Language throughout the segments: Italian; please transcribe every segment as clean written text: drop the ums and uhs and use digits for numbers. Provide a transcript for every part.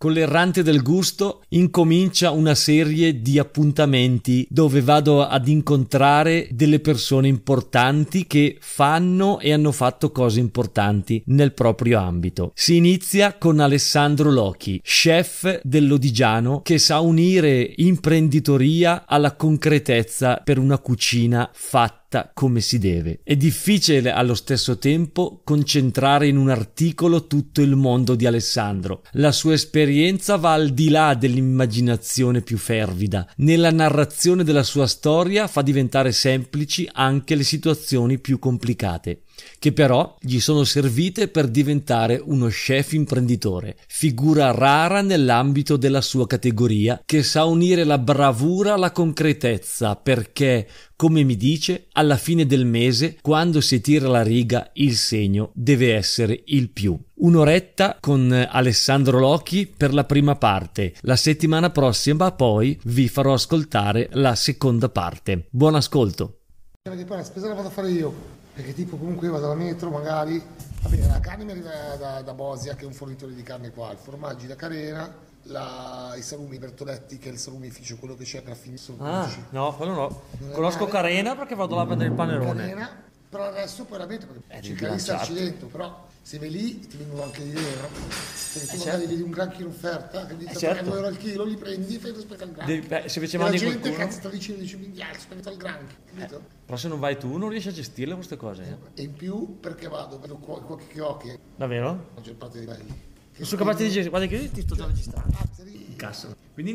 Con l'Errante del Gusto incomincia una serie di appuntamenti dove vado ad incontrare delle persone importanti che fanno e hanno fatto cose importanti nel proprio ambito. Si inizia con Alessandro Lochi, chef dell'Odigiano, che sa unire imprenditoria alla concretezza per una cucina fatta come si deve. È difficile allo stesso tempo concentrare in un articolo tutto il mondo di Alessandro. La sua esperienza va al di là dell'immaginazione più fervida. Nella narrazione della sua storia fa diventare semplici anche le situazioni più complicate, che però gli sono servite per diventare uno chef imprenditore, figura rara nell'ambito della sua categoria, che sa unire la bravura alla concretezza, perché, come mi dice, alla fine del mese, quando si tira la riga, il segno deve essere il più. Un'oretta con Alessandro Lochi per la prima parte. La settimana prossima poi vi farò ascoltare la seconda parte. Buon ascolto. Perché poi la spesa la vado a fare io, perché tipo comunque io vado alla metro magari, va bene, la carne mi arriva da Bosia, che è un fornitore di carne qua, il formaggi da Carena, i salumi Bertoletti, che è il salumificio, quello che c'è per finire. No, quello no. Conosco Carena perché vado là a prendere il panerone. Carena, però adesso poi la metro, perché cerca di starci dentro, però se vai lì ti vengono anche di meno. Se tu magari vedi un granchio in offerta, che dice certo. 3 euro al chilo, li prendi e fai rispetto al granchio. Se invece la mandi gente qualcuno... cazzo sta vicino e dice minchiare rispetto al granchio, capito? Però se non vai tu non riesci a gestirle queste cose. E in più perché vedo qualche occhio. Davvero? La maggior parte dei belli. Non sono capace di gestire, guarda che io ti sto già registrando. Incassa. Quindi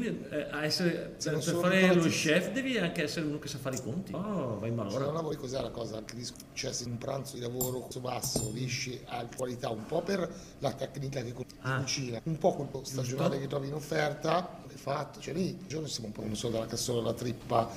per fare lo chef devi anche essere uno che sa fare i conti. Oh, vai Se non malora. lavori, cos'è la cosa? Anche cioè, se un pranzo di lavoro basso riesci a qualità un po' per la tecnica che cucina, un po' col stagionale che trovi in offerta, l'hai fatto, cioè lì un giorno siamo un po' non so, dalla cassola alla trippa,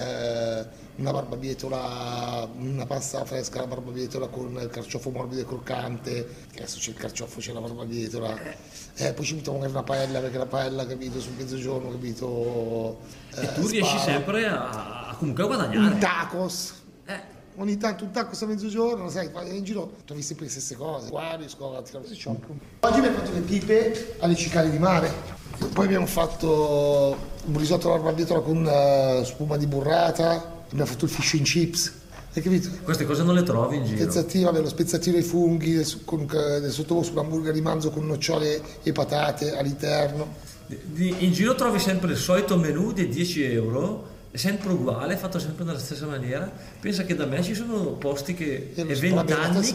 una barbabietola, una pasta fresca alla barbabietola con il carciofo morbido e croccante, che adesso c'è il carciofo, c'è la barbabietola, poi ci mettiamo magari una paella, perché la paella, capito, sul mezzogiorno, capito, E tu riesci sempre a comunque a guadagnare. un tacos. Ogni tanto un tacos a mezzogiorno, sai, in giro trovi sempre le stesse cose. Qua riesco a tirare così. Oggi abbiamo fatto le pipe alle cicale di mare. Poi abbiamo fatto un risotto alla barbabietola con spuma di burrata. Abbiamo fatto il fish and chips. Hai capito? Queste cose non le trovi in giro. Spezzatino, lo spezzatino ai funghi, del sottovoce, un hamburger di manzo con nocciole e patate all'interno. In giro trovi sempre il solito menù di 10 euro, è sempre uguale, fatto sempre nella stessa maniera. Pensa che da me ci sono posti che è 20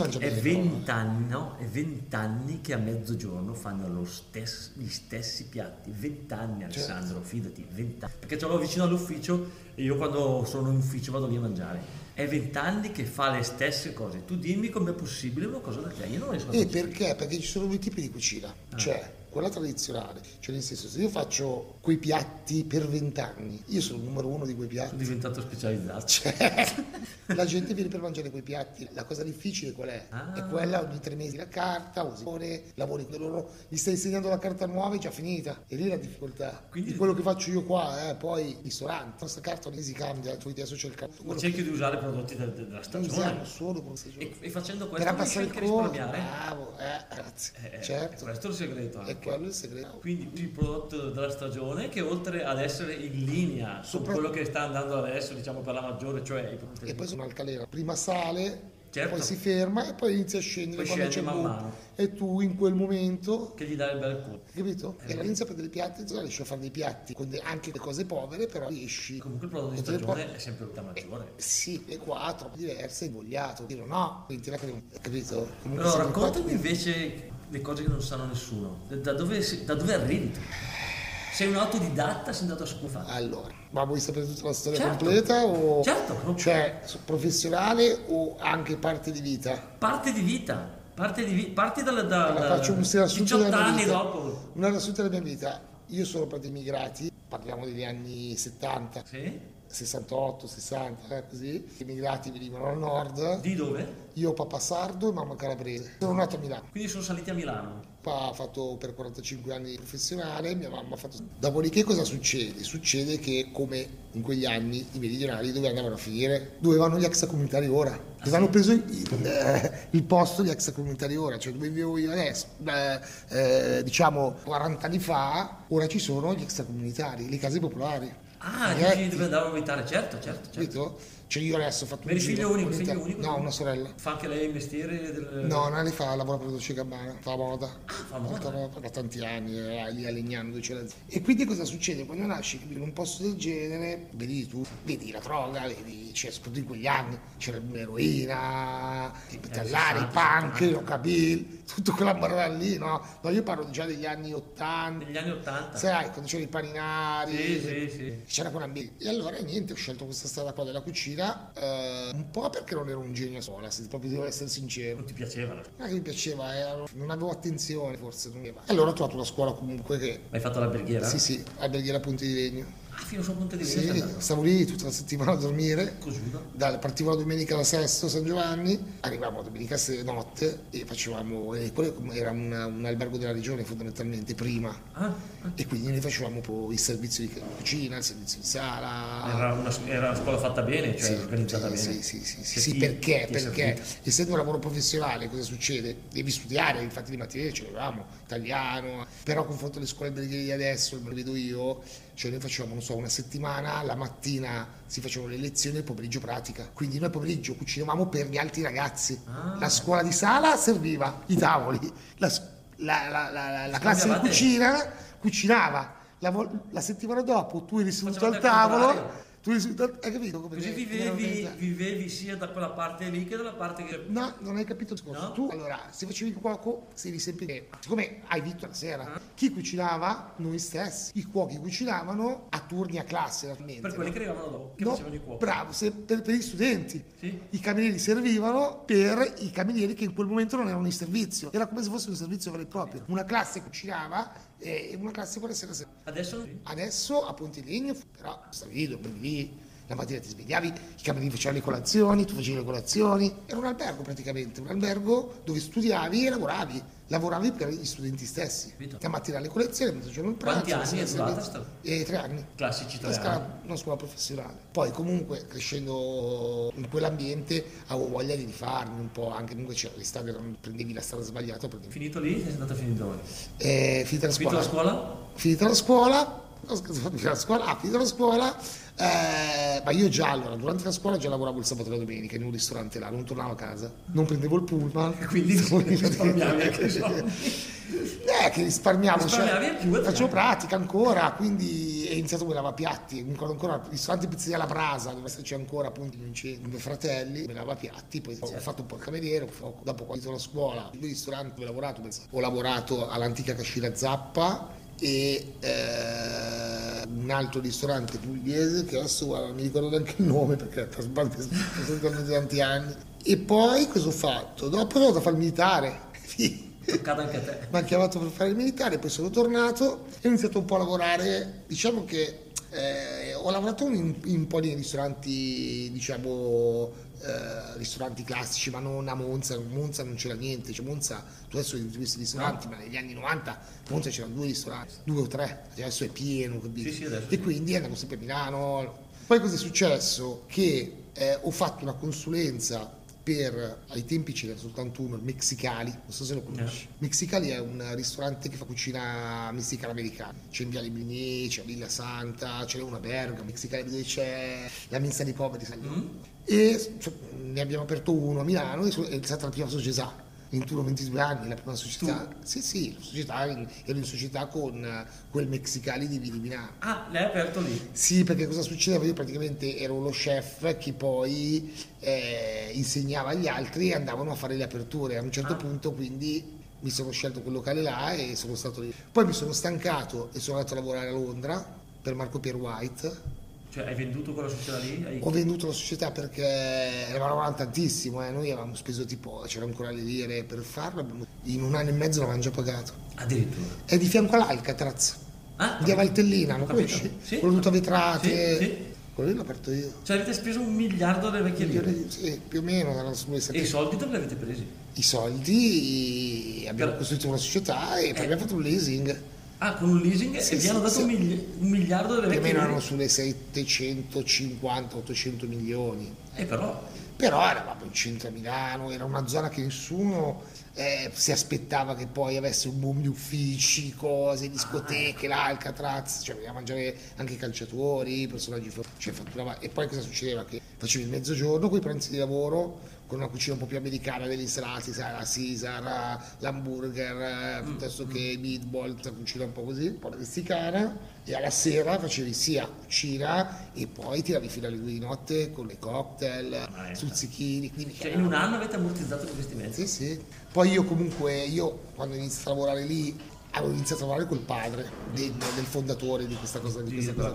anni che a mezzogiorno fanno gli stessi piatti. 20 anni, Alessandro, fidati, 20 anni. Perché ce l'ho vicino all'ufficio e io quando sono in ufficio vado lì a mangiare. È 20 anni che fa le stesse cose. Tu dimmi com'è possibile una cosa del genere. Io non riesco a perché? Perché ci sono due tipi di cucina. Cioè, quella tradizionale, cioè nel senso, se io faccio quei piatti per 20 anni, io sono il numero uno di quei piatti. Sono diventato specializzato. Cioè, la gente viene per mangiare quei piatti. La cosa difficile qual è? È quella, ogni 3 mesi la carta, lavori con loro, gli stai insegnando la carta nuova, è già finita. E lì la difficoltà. Quindi di quello che faccio io qua, poi ristorante, la nostra carta non si cambia, la tua idea social cambia. Ma cerchi di usare prodotti della stagione. Usiamo solo per la stagione. E facendo questo per abbassare il riesci anche a risparmiare? Bravo, grazie. Certo. Questo è il segreto. È quello il segreto. Quindi il prodotto della stagione che oltre ad essere in linea su quello che sta andando adesso, diciamo per la maggiore, cioè i prodotti. E poi sono altalena, prima sale, certo. Poi si ferma e poi inizia a scendere Poi quando c'è scende il man boom. mano. E tu in quel momento, Che gli dà il bel colpo. capito? E all'inizio per dei piatti, riesci a fare dei piatti con anche le cose povere, però riesci. Comunque il prodotto di stagione è sempre la maggiore. Sì, le 4 diverse, invogliato, dire no, quindi capito? Comunque Però raccontami invece le cose che non sanno nessuno. Da dove arrivi tu? Sei un autodidatta, sei andato a scuola. Allora, ma vuoi sapere tutta la storia Certo. completa? O... Certo. Cioè, professionale o anche parte di vita? Parte di vita. Parti Faccio un riassunto 18 della mia anni vita. dopo. Una riassunta della mia vita. Io sono parte immigrati, parliamo degli anni 70. Sì? 68, 60, così. Gli immigrati venivano al nord. Di dove? Io papà sardo e mamma calabrese. Sono nato a Milano. Quindi sono saliti a Milano. Papà ha fatto per 45 anni professionale, mia mamma ha fatto... Dopodiché cosa succede? Succede che, come in quegli anni, i meridionali dove andavano a finire? Dove vanno gli extracomunitari ora? Dove hanno preso il posto degli extracomunitari ora, cioè dove vivo io adesso. Diciamo 40 anni fa, ora ci sono gli extracomunitari, le case popolari. Ah, dici dove andavo a abitare, certo. Capito? Cioè io adesso ho fatto Eri figlio unico? No, una sorella. Fa anche lei il mestiere del... No, lei lavora per Dolce Gabbana, fa moda. fa moda. Da tanti anni, lì a Legnano dove c'è l'azienda. E quindi cosa succede? Quando nasci in un posto del genere, vedi la droga, cioè, soprattutto in quegli anni, c'era l'eroina, i metallari, i punk, i rockabilly, tutto quella barra lì, no? No, io parlo già degli anni 80. Degli anni 80? Sai, quando c'erano i paninari. Sì. C'era quella E allora niente, ho scelto questa strada qua della cucina, un po' perché non ero un genio a scuola, se proprio devo essere sincero. Non ti piaceva? Non è che mi piaceva, non avevo attenzione forse. Allora ho trovato una scuola comunque che... Hai fatto l'alberghiera? Sì, alberghiera Ponte di Legno. Ah, fino su Ponte di Legno? Sì, stavo lì tutta la settimana a dormire. Così? Partivo la domenica alla Sesto, San Giovanni, arrivavamo la domenica notte e facevamo... quello era un albergo della regione fondamentalmente, prima. E quindi noi facevamo poi il servizio di cucina, il servizio di sala. Era una scuola fatta bene, cioè organizzata bene. Sì, perché essendo un lavoro professionale cosa succede? Devi studiare, infatti di mattina ce l'avevamo, italiano, però a confronto alle scuole alberghiere di adesso, me lo vedo io, cioè noi facevamo, non so, una settimana, la mattina si facevano le lezioni e il pomeriggio pratica, quindi noi pomeriggio cucinavamo per gli altri ragazzi, la scuola di sala serviva i tavoli, la classe di cucina cucinava, la settimana dopo tu eri seduto al tavolo. Hai capito come? Così vivevi sia da quella parte lì che dalla parte che... No, non hai capito il discorso. No? Tu, allora, se facevi il cuoco, eri sempre... Siccome hai vinto la sera, chi cucinava? Noi stessi. I cuochi cucinavano a turni a classe, naturalmente. Per quelli che arrivavano dopo, che facevano i cuochi. Bravo, per gli studenti. Sì. I camerieri servivano per i camerieri che in quel momento non erano in servizio. Era come se fosse un servizio vero e proprio. Una classe cucinava e una classe quella sera. Adesso a Ponte di Legno, però stavi lì, la mattina ti svegliavi, i camerieri facevano le colazioni, tu facevi le colazioni, era un albergo praticamente, un albergo dove studiavi e lavoravi per gli studenti stessi. La mattina le colazioni, mentre c'era il pranzo. Quanti anni è durata? 3 anni. Classici 3 anni. Una scuola professionale. Poi comunque crescendo in quell'ambiente avevo voglia di rifarmi un po', anche comunque c'era l'estate, non prendevi la strada sbagliata. Finito lì? Sei andato a finire dove? Finita la scuola. Finita la scuola, ma io già allora, durante la scuola già lavoravo il sabato e la domenica in un ristorante là, non tornavo a casa, non prendevo il pullman. Quindi risparmiavi anche che risparmiavo, più, facevo pratica ancora, quindi è iniziato con i lavapiatti, mi ricordo ancora il ristorante Pizzeria La Brasa, dove c'è ancora appunto i miei fratelli, mi lavapiatti, poi ho fatto un po' il cameriere, dopo quando sono a scuola, il ristorante dove ho lavorato all'antica Cascina Zappa e un altro ristorante pugliese che adesso guarda, non mi ricordo neanche il nome perché sono tanti anni. E poi cosa ho fatto? Dopo sono andato a fare il militare. Toccato anche a te. Mi hanno chiamato per fare il militare, poi sono tornato e ho iniziato un po' a lavorare, diciamo che ho lavorato in un po' di ristoranti, diciamo ristoranti classici, ma non a Monza. Monza non c'era niente, cioè Monza, tu adesso hai questi ristoranti, ma negli anni 90 a Monza c'erano 2 ristoranti, 2 o 3, adesso è pieno, capito? Sì, adesso e quindi andavo sempre a Milano. Poi cosa è successo? Che ho fatto una consulenza ai tempi c'era soltanto uno, il Mexicali, non so se lo conosci. Mexicali è un ristorante che fa cucina messicana americana, c'è in Viale Bligny, c'è a Villa Santa, c'è una Berga, Mexicali dove c'è la mensa dei poveri, e ne abbiamo aperto uno a Milano e è stata la prima società. 21-22 anni, la prima società. Sì, la società, ero in società con quel Mexicali di Milano. Ah, l'hai aperto lì? Sì, perché cosa succedeva? Io praticamente ero lo chef che poi insegnava agli altri e andavano a fare le aperture. A un certo punto quindi mi sono scelto quel locale là e sono stato lì. Poi mi sono stancato e sono andato a lavorare a Londra per Marco Pierre White. Cioè hai venduto quella società lì? Ho venduto la società perché eravamo lavorando tantissimo, noi avevamo speso tipo, c'erano ancora le lire per farlo, in 1 anno e mezzo l'avevamo già pagato. Addirittura? È di fianco all'Alcatraz, via Valtellina, lo conosci? Sì. Con le vetrate. Sì. quello lì l'ho aperto io. Cioè avete speso 1 miliardo delle vecchie lire? Sì, più o meno erano sulle E i soldi dove li avete presi? I soldi, abbiamo costruito una società e poi abbiamo fatto un leasing. Ah, con un leasing Sì, e vi hanno dato sì. 1 miliardo delle Più o vecchie meno lire? erano sulle 750-800 milioni. Però eravamo in centro a Milano, era una zona che nessuno si aspettava che poi avesse un boom di uffici, cose, discoteche, l'Alcatraz, cioè veniva a mangiare anche i calciatori, personaggi, cioè fatturava. E poi cosa succedeva? Che facevi il mezzogiorno con i pranzi di lavoro, con una cucina un po' più americana degli insalati, sai, la Caesar, l'hamburger, piuttosto che i meatball, la cucina un po' così, un po' la messicana, e alla sera facevi sia cucina e poi tiravi fino alle 2 di notte con i cocktail, stuzzichini. Quindi cioè, in un anno avete ammortizzato l'investimento? sì. Poi io comunque, quando ho iniziato a lavorare lì, avevo iniziato a lavorare col padre del fondatore di questa cosa.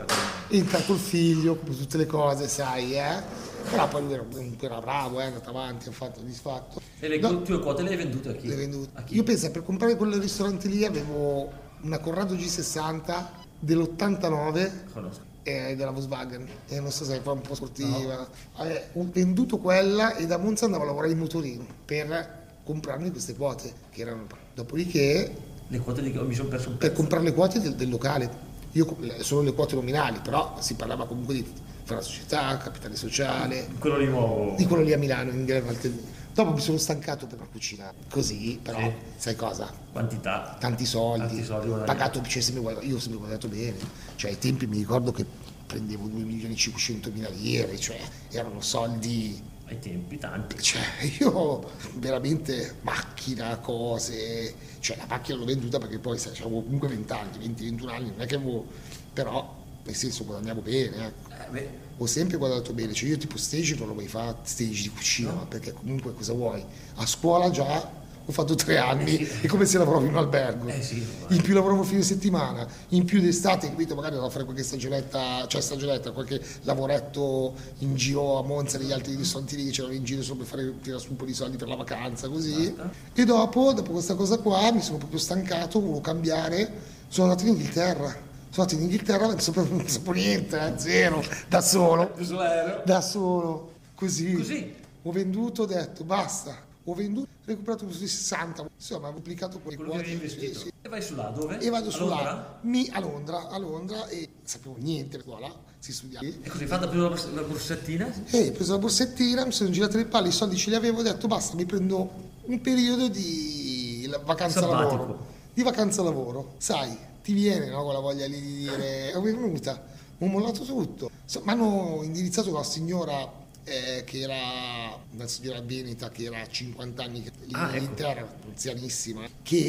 È entrato il figlio, come tutte le cose, sai, però poi lui era bravo, è andato avanti, ha fatto disfatto. E le tue quote le hai vendute a chi? Le vendute. A chi? Io penso, per comprare quel ristorante lì avevo una Corrado G60 dell'89 della Volkswagen, e non so se è un po' sportiva. Ho venduto quella e da Monza andavo a lavorare in motorino per comprarmi queste quote che erano. Dopodiché le quote mi sono perso un per pezzo. comprare le quote del locale, solo le quote nominali, però si parlava comunque di fare la società, capitale sociale, Quello di nuovo. di quello lì a Milano in Greve Valtellina. Dopo mi sono stancato per una cucina così, però sai cosa? Quantità. Tanti soldi guadagnati. pagato, cioè, io ho sempre guadagnato bene, cioè ai tempi mi ricordo che prendevo 2.500.000 lire, cioè erano soldi. Ai tempi tanti. Cioè, io veramente macchina, cose, cioè la macchina l'ho venduta perché poi sai, avevo comunque 20 anni, 20-21 anni, non è che avevo, però nel senso guadagnavo bene, ecco. Ho sempre guadagnato bene, cioè io tipo stage non l'ho mai fatto, stage di cucina, No. perché comunque cosa vuoi? A scuola già ho fatto 3 anni, è come se lavoravo in un albergo, in più lavoravo fine settimana, in più d'estate, capito, magari andavo a fare qualche stagionetta, qualche lavoretto in giro a Monza, negli altri ristoranti che c'erano in giro solo per tirare su un po' di soldi per la vacanza, così. E dopo questa cosa qua mi sono proprio stancato, volevo cambiare, sono andato in Inghilterra. Sono andato in Inghilterra, non sapevo niente, zero, da solo, così. Ho venduto, ho detto basta, ho venduto, ho recuperato questi 60, insomma ho applicato quelle Quello che avevi investito. Sì. E vai su là, dove? E vado A su là, Londra? a Londra, e sapevo niente a scuola, si studiava. E così hai fatto preso la borsettina? E ho preso la borsettina, mi sono girato le palle, i soldi ce li avevo, ho detto basta, mi prendo un periodo di vacanza lavoro. Di vacanza lavoro, sai, ti viene, no, con la voglia lì di dire, è venuta, ho mollato tutto. Mi hanno indirizzato una signora che era una signora veneta che era a 50 anni lì in Inghilterra, anzianissima,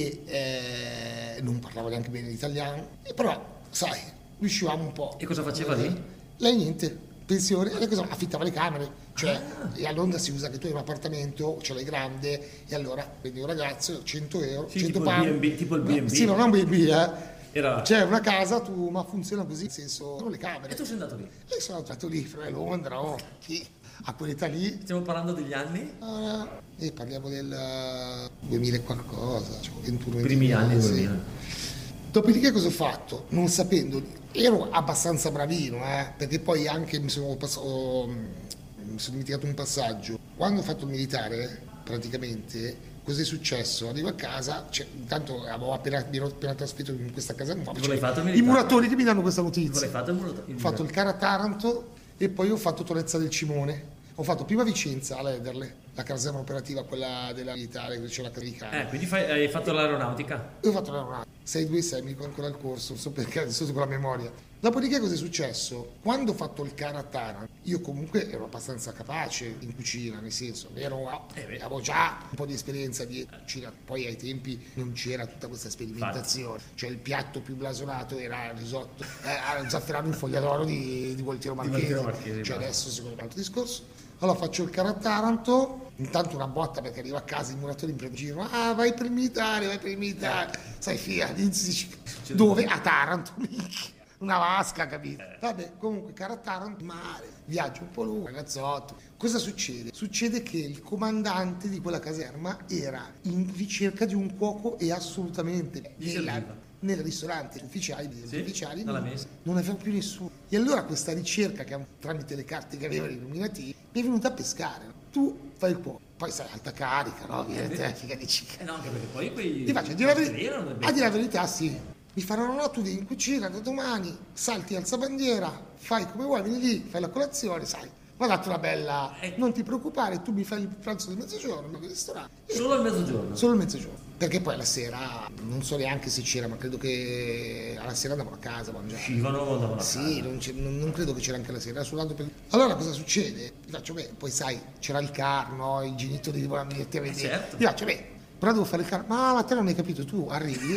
che non parlava neanche bene l'italiano, però sai, riuscivamo un po'. E cosa faceva lì? Lei niente, pensione, lei cosa affittava le camere, cioè e a Londra si usa che tu hai un appartamento, ce l'hai grande, e allora prendi un ragazzo, 100 euro, Sì, 100 tipo pound. il B&B, tipo il B&B. Sì, non è un B&B, Era... C'è una casa, ma funziona così, nel senso, sono le camere. E tu sei andato lì? Io sono andato lì, a Londra, a quell'età lì. Stiamo parlando degli anni? E parliamo del 2000 e qualcosa, cioè 21 Primi anni 2000. Sì. Dopodiché cosa ho fatto? Non sapendo, ero abbastanza bravino, perché poi anche mi sono dimenticato un passaggio. Quando ho fatto il militare, praticamente, cos'è successo? Arrivo a casa, intanto mi ero appena trasferito in questa casa nuova. I muratori che mi danno questa notizia. Ho fatto il CAR a Taranto e poi ho fatto Torrezza del Cimone. Ho fatto prima Vicenza a Lederle, la caserma operativa, quella della militare, dove c'è la caricata. Quindi hai fatto l'aeronautica? Io ho fatto l'aeronautica, 626, mi ricordo ancora il corso, non so perché, adesso con la memoria. Dopodiché cosa è successo? Quando ho fatto il CAR a Taranto, io comunque ero abbastanza capace in cucina, nel senso, avevo già un po' di esperienza di cucina, poi ai tempi non c'era tutta questa sperimentazione, cioè il piatto più blasonato era il risotto, zafferano in foglia d'oro di Gualtiero Marchesi, cioè adesso secondo me è un altro discorso. Allora faccio il CAR a Taranto, intanto una botta perché arrivo a casa, i muratori mi prendono in giro, vai per il militare, sai fia, dove? A Taranto, una vasca, capito? Vabbè, comunque CAR a Taranto, mare, viaggio un po' lungo, ragazzotto. Cosa succede? Succede che il comandante di quella caserma era in ricerca di un cuoco e assolutamente nel ristorante ufficiali non aveva più nessuno. E allora questa ricerca che tramite le carte che avevano illuminativi mi è venuta a pescare. Tu fai il po', poi sai, alta carica, no? Viene tecnica di cica. No, anche perché poi quei... Ti faccio, a dire la verità, sì. Mi faranno no, tu vieni in cucina da domani, salti alza bandiera, fai come vuoi, vieni lì, fai la colazione, sai. Mi ha dato una bella... Non ti preoccupare, tu mi fai il pranzo del mezzogiorno nel ristorante. Solo al mezzogiorno? Solo il mezzogiorno. Perché poi alla sera, non so neanche se c'era, ma credo che alla sera andavano a casa a mangiare. Uscivano, andavano a casa. Sì, non credo che c'era anche la sera, era soltanto per... Allora cosa succede? Ti faccio, poi sai, c'era il car, no? I genitori volevano venirti a vedere. Certo. Ti faccio, però devo fare il car. Ma te non hai capito, tu arrivi,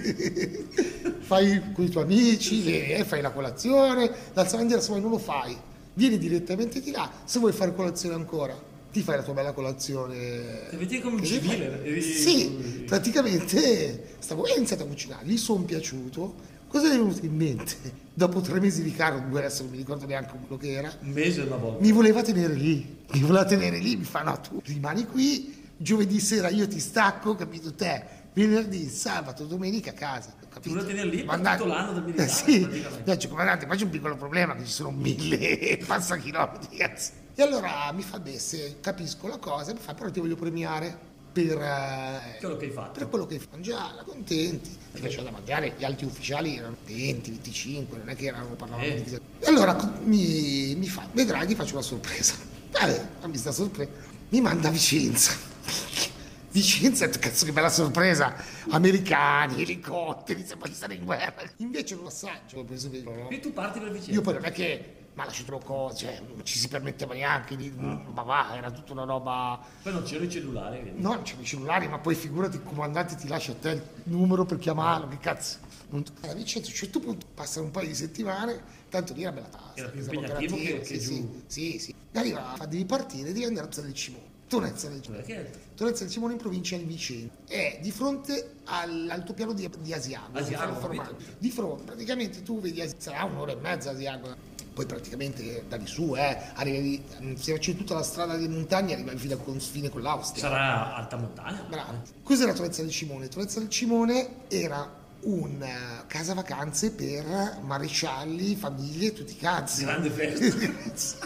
fai con i tuoi amici, fai la colazione, l'alzabandiera se vuoi non lo fai. Vieni direttamente di là, se vuoi fare colazione ancora, ti fai la tua bella colazione. Ti vedi come un civile? Sì, praticamente ho iniziato a cucinare, gli sono piaciuto. Cosa è venuto in mente? Dopo 3 mesi di caro, adesso non mi ricordo neanche quello che era. Un mese una volta. Mi voleva tenere lì, mi fa no, tu rimani qui, giovedì sera io ti stacco, capito te? Venerdì, sabato, domenica a casa. Tu la tenere lì per tutto l'anno del militare? Sì, dice, comandante, ma c'è un piccolo problema che ci sono 1000 passa chilometri, cazzo. E allora mi fa, se capisco la cosa, mi fa, però ti voglio premiare per quello che hai fatto. Per quello che hai fatto. Mangiare, contenti. Mi faceva da mangiare, gli altri ufficiali erano 20, 25, non è che parlavano di 27. E allora mi fa, vedrai, ti faccio una sorpresa. Vabbè, fammi sta sorpresa. Mi manda a Vicenza. Vicenza, cazzo che bella sorpresa, americani, elicotteri, sembra di stare in guerra. Invece non assaggio, ho preso vero, no? E tu parti per Vicenza? Io poi non è che ma lasciatelo cose, cioè non ci si permetteva neanche di, ma va, era tutta una roba. Poi non c'erano i cellulari. Quindi. No, non c'erano i cellulari, ma poi figurati il comandante ti lascia a te il numero per chiamarlo, che cazzo. A Vicenza a un certo punto passano un paio di settimane, tanto lì era bella tassa. Era più impegnativo che giù. Sì. Arriva, devi partire, devi andare a Piazza del Cimone. Tonezza del Cimone in provincia di Vicenza, è di fronte all'altopiano di Asiago, di fronte, praticamente tu vedi sarà un'ora e mezza Asiago, poi praticamente da lì su arrivi, se faccio tutta la strada di montagna arrivi fino al confine con l'Austria. Sarà alta montagna? Bravo. Questa era Tonezza del Cimone. Tonezza del Cimone era un casa vacanze per marescialli, famiglie, tutti i cazzi. Grande festa.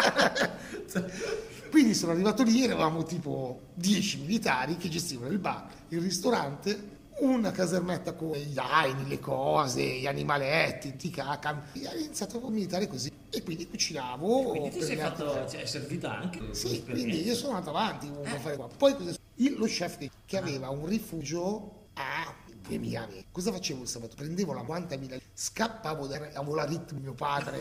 Quindi sono arrivato lì, eravamo tipo 10 militari che gestivano il bar, il ristorante, una casermetta con i daini, le cose, gli animaletti, tutti i caca. E ho iniziato a militare così e quindi cucinavo. Quindi ti sei fatto, cioè, è servita anche? Sì, quindi io sono andato avanti a fare qua. Poi lo chef che aveva un rifugio a 2000 anni. Cosa facevo il sabato? Prendevo la 40.000, scappavo, avevo la ritmo mio padre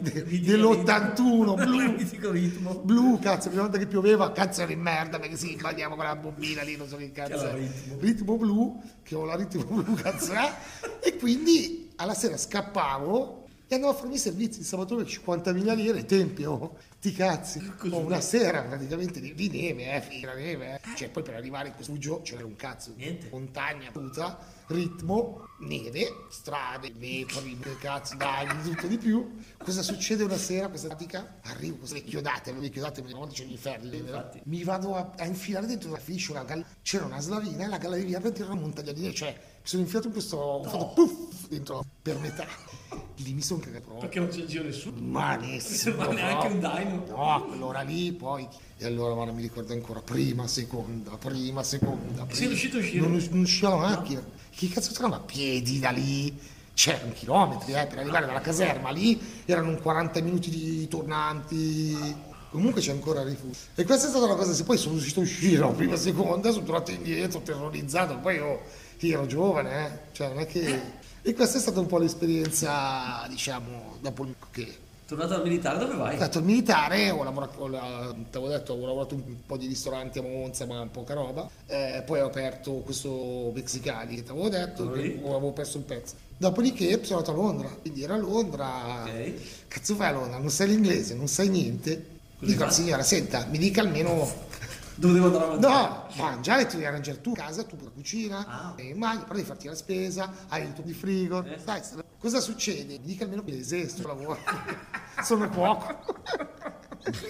dell'81 blu, cazzo, prima volta che pioveva, cazzo era in merda perché si bagniamo con la bombina lì, non so che cazzo è. Ritmo blu, che ho la ritmo blu, cazzo è. E quindi alla sera scappavo e andavo a farmi i servizi il sabato per 50.000 lire, tempio, ti cazzi, una sera praticamente di neve, la neve, cioè poi per arrivare in questo rifugio c'era un cazzo, niente, montagna, puta, ritmo, neve, strade, lepori, cazzo, dai, di tutto di più. Cosa succede una sera, questa pratica? Arrivo con le chiodate, una volta c'erano i ferri, mi vado a infilare dentro una finisce una c'era una slavina e la galleria per tirare una montagna di neve, cioè mi sono infilato in questo, ho fatto puff dentro per metà. Lì mi sono cagato proprio. Perché non c'è in giro nessuno? Ma nessuno. Ma neanche un daino. No, quell'ora lì poi. E allora guarda, mi ricordo ancora, prima, seconda. Sei riuscito a uscire? Non usciva la macchina. No. Che cazzo c'erano a piedi da lì? C'erano chilometri, per arrivare dalla caserma lì erano 40 minuti di tornanti. Comunque c'è ancora il rifugio. E questa è stata una cosa, se poi sono riuscito a uscire, no, prima, seconda, sono tornato indietro, terrorizzato, poi io ero giovane, cioè non è che. E questa è stata un po' l'esperienza, diciamo, dopo che. Tornato al militare, dove vai? Sono andato al militare, ho lavorato un po' di ristoranti a Monza, ma poca roba. Poi ho aperto questo Mexicali che ti avevo detto, avevo perso il pezzo. Dopodiché sono andato a Londra, quindi era a Londra. Okay. Cazzo fai a Londra? Non sai l'inglese, non sai niente. Dico alla signora, senta, mi dica almeno. Dove devo andare a mangiare? No, mangiare tu devi arrangiare tu, casa, tu la cucina, in bagno, poi devi farti la spesa, hai il tuo di frigo, sai, cosa succede? Mi dica almeno che esisto, lavoro, sono cuoco.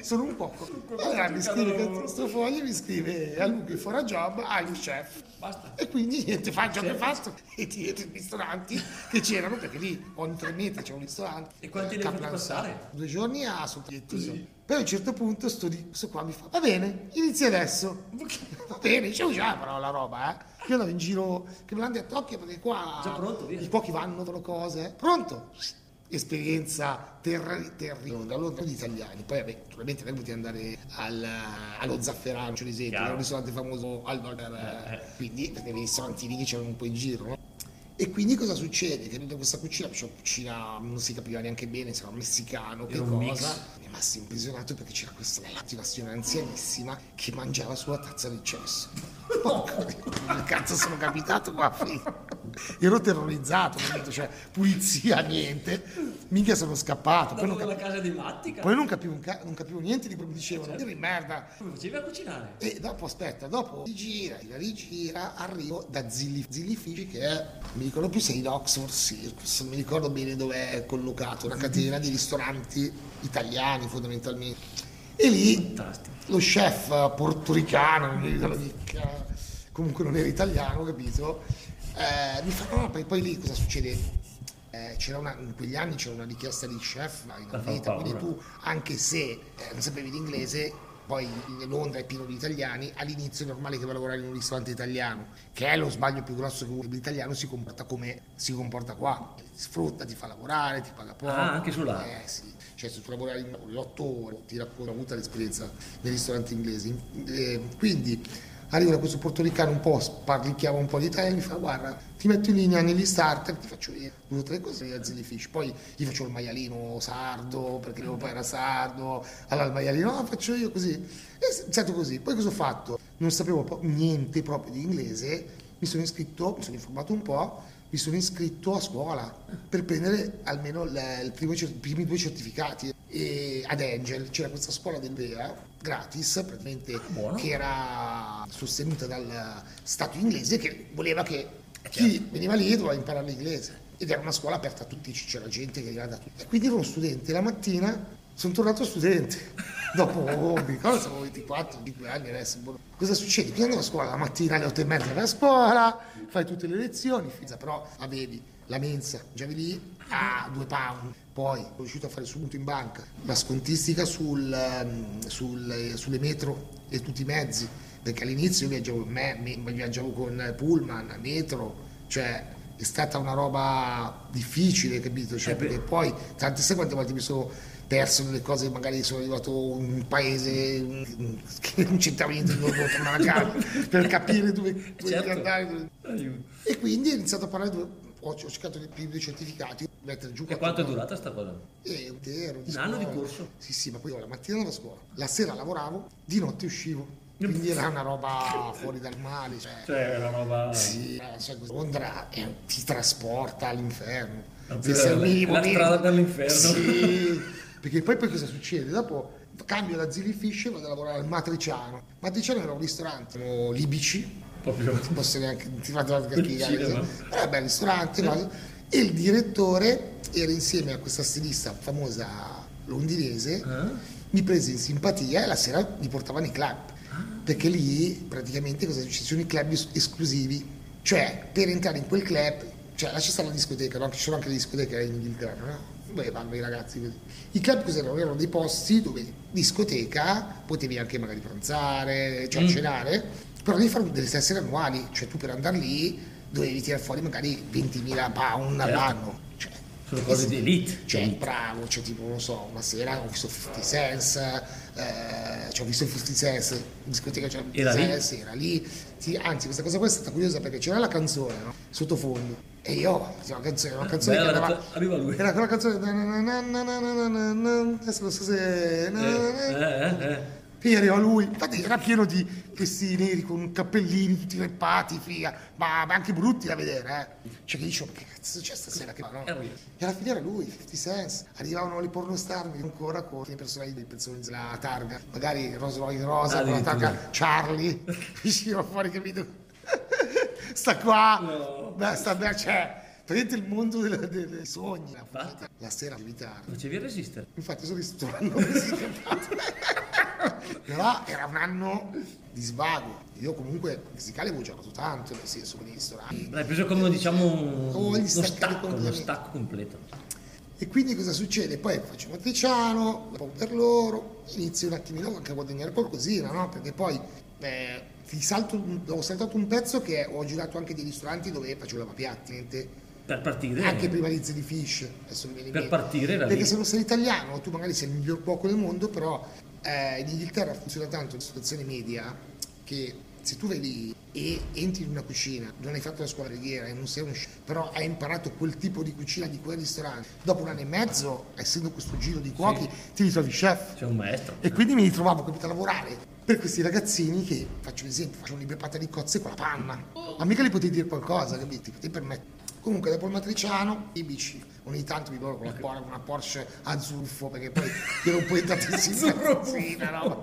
sono un poco. Allora mi scrive questo foglio, mi scrive I'm looking for a job, I'm chef. Basta. E quindi niente, faccio che faccio. E dietro i ristoranti che c'erano, perché lì ogni 3 metri c'è un ristorante. E quanti ne hai fatti passare? 2 giorni a sottotitolo. Poi a un certo punto questo qua mi fa, va bene, inizia adesso. Va bene, c'è già però la roba, Io andavo in giro, che me l'hanno detto, occhio perché qua Già pronto, via. i pochi vanno, fanno cose. Pronto? Esperienza terribile, allora gli italiani. Poi vabbè, naturalmente non potevi andare allo Zafferano, c'è l'esempio, Chiaro. era un ristorante famoso al nord, quindi nei ristorantini che c'erano un po' in giro, no? E quindi cosa succede? Che dentro questa cucina, c'è una cucina, non si capiva neanche bene se era messicano, che Era un mix. cosa. Mi è rimasto impressionato perché c'era questa signora anzianissima che mangiava sulla tazza di cesso. Porco Dio, che cazzo sono capitato qua? Ero terrorizzato, capito? Cioè, pulizia, niente. Minchia sono scappato. Poi non, Dalla casa dei matti, poi non capivo niente di quello che mi dicevano. Ero in merda. come facevi a cucinare? E dopo rigira, arrivo da Zillifici, che è, mi ricordo più se è in Oxford Circus, non mi ricordo bene dove è collocato, una catena di ristoranti italiani fondamentalmente. E lì Fantastico. lo chef portoricano, non mi ricordo comunque non era italiano, capito? Mi fa, no, poi lì cosa succede? In quegli anni c'era una richiesta di chef in vita, quindi tu, anche se non sapevi l'inglese, poi Londra è pieno di italiani, all'inizio è normale che vai a lavorare in un ristorante italiano, che è lo sbaglio più grosso, che l'italiano si comporta come si comporta qua, ti sfrutta, ti fa lavorare, ti paga poco. Ah, anche sulla. Sì, cioè se tu lavori in 8 ore, ti racconto, ho avuto l'esperienza nei ristoranti inglesi, quindi arriva da questo portoricano un po', parlicchiava un po' di italiano, mi fa guarda, ti metto in linea negli starter, ti faccio 2 o 3 cose a Zillifish, poi gli faccio il maialino sardo, perché devo poi era sardo, allora il maialino, no, faccio io così, e iniziato così. Poi cosa ho fatto? Non sapevo niente proprio di inglese, mi sono informato un po', mi sono iscritto a scuola per prendere almeno i primi 2 certificati. E ad Angel c'era questa scuola dell'EA gratis praticamente, che era sostenuta dal Stato inglese, che voleva che chi veniva lì doveva imparare l'inglese, ed era una scuola aperta a tutti, c'era gente che arrivava da tutti. E quindi ero uno studente, la mattina sono tornato studente dopo mi ricordo avevo 24 25 anni adesso. Cosa succede? Quindi andavo a scuola la mattina alle 8:30 vai a scuola, fai tutte le lezioni, però avevi la mensa, già lì a £2, poi sono riuscito a fare subito in banca la scontistica sulle metro e tutti i mezzi, perché all'inizio viaggiavo con pullman, metro, cioè è stata una roba difficile, capito? Cioè, perché poi sai quante volte mi sono perso nelle cose, magari sono arrivato in un paese che non c'entrava niente, dovevo tornare a casa per capire dove andare. E quindi ho iniziato a parlare, ho cercato i primi 2 certificati, mettere giù. E quanto è durata sta cosa? Un anno di corso? Sì, ma poi io la mattina andavo a scuola, la sera lavoravo, di notte uscivo. Quindi era una roba fuori dal male. Cioè una roba. Sì, Londra ti trasporta all'inferno. La strada per l'inferno. Sì, perché poi cosa succede? Dopo cambio da Zillifish e vado a lavorare al Matriciano. Matriciano era un ristorante, libici, Proprio. non posso neanche ti faccio spiegare. Era un bel ristorante, e il direttore era insieme a questa stilista famosa londinese, mi prese in simpatia e la sera mi portava nei club, perché lì praticamente cosa succede? Ci sono i club esclusivi, cioè per entrare in quel club, cioè lascia stare la discoteca, no? Ci sono anche le discoteche in Inghilterra, no? Dove vanno i ragazzi così. I club cos'erano? Erano dei posti dove discoteca potevi anche magari pranzare, cioè cenare, però devi fare delle tessere annuali, cioè tu per andare lì dovevi tirare fuori magari £20.000 all'anno. Sono cose di elite. Cioè, bravo, cioè tipo, non so, una sera ho visto 50 Cent, ho visto 50 Cent, in discoteca c'era 50 Cent, era lì. Anzi, questa cosa qua è stata curiosa perché c'era la canzone, no? Sottofondo. E io, una canzone che andava. Arriva lui. Era quella canzone. Adesso non so se. E arriva lui, infatti era pieno di vestiti neri con cappellini tutti reppati, figa, ma anche brutti da vedere, Cioè che dicevo, che cazzo c'è stasera? Che no? E alla fine era lui, 50 Cent. Arrivavano le pornostar, ancora con i personaggi dei personaggi della targa, magari Rolls Royce rosa, con la targa Charlie, usciva fuori, capito? Sta qua, cioè, Praticamente il mondo dei sogni. La sera militare. Facevi resistere. Infatti sono ristato l'anno però era un anno di svago. Io comunque musicale avevo giocato tanto, nel senso con i ristoranti. L'hai preso come diciamo uno staccare stacco completo. E quindi cosa succede? Poi faccio matriciano, lavoro per loro, inizio un attimino anche a guadagnare qualcosina, no? Perché poi ho saltato un pezzo che ho girato anche dei ristoranti dove facevo lavapiatti, niente. Per partire. Anche prima di Zeddy Fish, adesso mi viene in per mente. partire era Perché lì. se non sei italiano, tu magari sei il miglior cuoco del mondo, però in Inghilterra funziona tanto la situazione media che se tu vai lì e entri in una cucina, non hai fatto la scuola preghiera e non sei uno chef, però hai imparato quel tipo di cucina di quel ristorante, dopo un anno e mezzo, essendo questo giro di cuochi, ti ritrovi chef. C'è un maestro. E quindi mi ritrovavo, capito, a lavorare per questi ragazzini che, faccio un esempio, facevano le patate di cozze con la panna. Ma mica li potevi dire qualcosa, capito? Ti potevi permettere. Comunque dopo il matriciano, i bici, ogni tanto mi loro con una Porsche a zufo, perché poi ero un po' entrato in simpatia, no?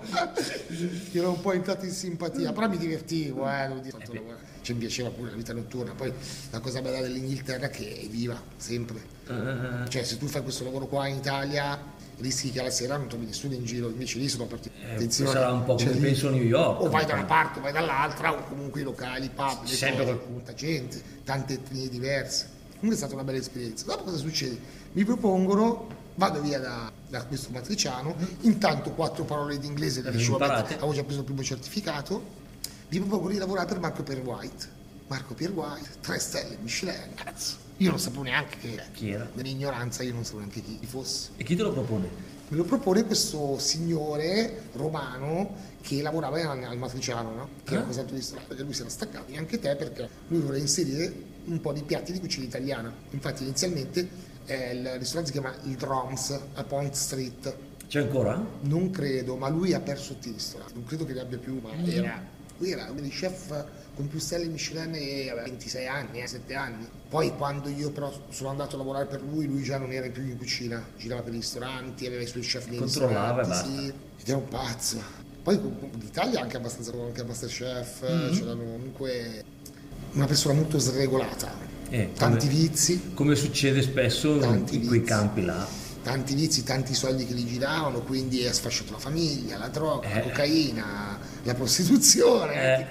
Ero un po' entrato in simpatia, però mi divertivo, devo dire. Cioè, mi piaceva pure la vita notturna. Poi la cosa bella dell'Inghilterra è che è viva, sempre. Cioè se tu fai questo lavoro qua in Italia, rischi che alla sera non trovi nessuno in giro, invece lì sono partiti. Attenzione, sarà un po' come penso a New York. O vai da una parte o vai dall'altra, o comunque i locali, pub, sempre qualcuno. molta gente, tante etnie diverse. Comunque è stata una bella esperienza. Dopo cosa succede? Mi propongono, vado via da questo matriciano, intanto 4 parole di inglese le riuscivo a mettere, avevo già preso il primo certificato, mi propongono di lavorare per Marco Pierre White. Marco Pierre White, 3 stelle Michelin, cazzo. Io non sapevo neanche chi era. Nell'ignoranza io non sapevo neanche chi fosse. E chi te lo propone? Me lo propone questo signore romano che lavorava al matriciano, no? Che era presente al ristorante, perché lui si era staccato, e anche te, perché lui voleva inserire un po' di piatti di cucina italiana. Infatti inizialmente il ristorante si chiama Il Drums a Pont Street. C'è ancora? Non credo, ma lui ha perso tutti i ristoranti, non credo che ne abbia più, ma lui era uno dei chef con più stelle Michelin e aveva 26 anni, 7 anni. Poi quando io però sono andato a lavorare per lui già non era più in cucina, girava per i ristoranti, aveva i suoi chef nei controllava ristoranti, e basta. sì, era un pazzo. Poi l'Italia ha anche abbastanza chef, ce l'hanno comunque una persona molto sregolata, tanti vizi. Come succede spesso in quei campi là. Tanti vizi, tanti soldi che li giravano, quindi ha sfasciato la famiglia, la droga, la cocaina, la prostituzione,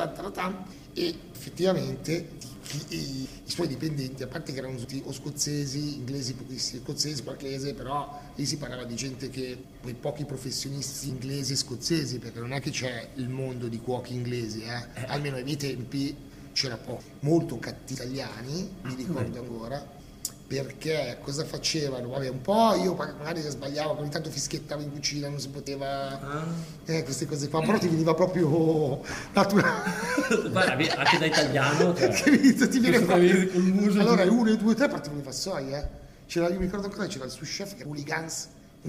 e effettivamente i suoi dipendenti, a parte che erano tutti o scozzesi, inglesi, pochissimi scozzesi, qualche però lì si parlava di gente che, quei pochi professionisti inglesi e scozzesi, perché non è che c'è il mondo di cuochi inglesi, almeno ai miei tempi c'era poco, molto cattivi italiani, mi ricordo ancora. Perché cosa facevano? Vabbè, un po' io magari sbagliavo, ogni tanto fischiettavo in cucina, non si poteva, queste cose qua, però ti veniva proprio naturale. Anche da italiano, cioè, capito? Ti viene proprio. col muso. Allora, 1, 2, 3 partivano i vassoi, io mi ricordo ancora, c'era il sous chef che era Hooligans,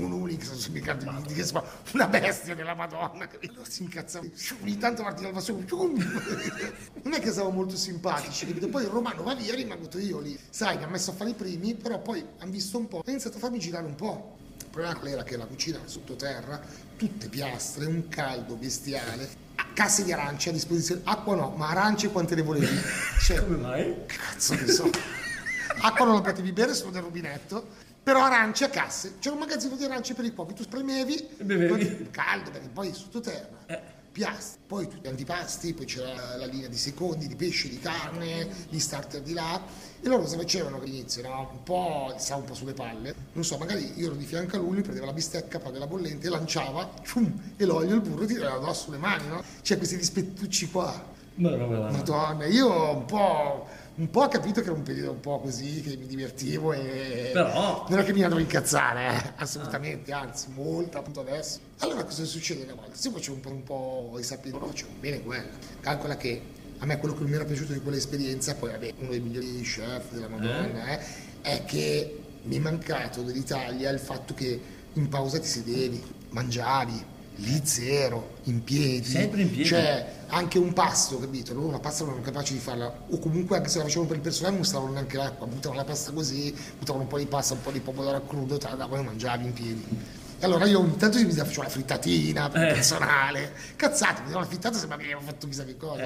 una bestia della Madonna, capito? Si incazzava, ogni tanto partiva il vassoi, non è che siamo molto simpatici, capito? Poi il romano va via, rimango io lì, sai, mi ha messo a fare i primi, però poi hanno visto un po', ha iniziato a farmi girare un po'. Il problema qual era? Che la cucina era sottoterra, tutte piastre, un caldo bestiale, casse di arance a disposizione, acqua no, ma arance quante ne volevi? Cioè, come mai? Che cazzo ne so. Acqua non la potevi bere solo del rubinetto. Però arance a casse, c'era un magazzino di arance per i cuochi, tu spremevi, bevevi caldo perché poi è sottoterra, piastre, poi tutti gli antipasti, poi c'era la linea di secondi, di pesce, di carne, gli starter di là, e loro cosa facevano all'inizio, no? Un po', stava un po' sulle palle, non so, magari io ero di fianco a lui, prendeva la bistecca, prendeva la bollente, lanciava, e l'olio e il burro ti tirava addosso le mani, no? C'è questi dispettucci qua. Madonna, io un po' ho capito che era un periodo un po' così, che mi divertivo e però non è che mi andavo a incazzare, assolutamente, anzi, molto appunto adesso. Allora cosa succede una volta? Se facevo un po' i saperi, facevo bene quella. Calcola che a me quello che mi era piaciuto di quell'esperienza, poi vabbè, uno dei migliori chef della Madonna, è che mi è mancato dell'Italia il fatto che in pausa ti sedevi, mangiavi. Lì zero, in piedi, sempre in piedi, cioè anche un pasto, capito? Loro la pasta non erano capaci di farla, o comunque anche se la facevano per il personale non stavano neanche l'acqua, buttavano la pasta così, buttavano un po' di pasta, un po' di pomodoro a crudo, poi mangiavi in piedi. E allora io ogni tanto facevo la frittatina per il personale, cazzate, mi davo la frittata sembra che avevo fatto chissà che cosa, no?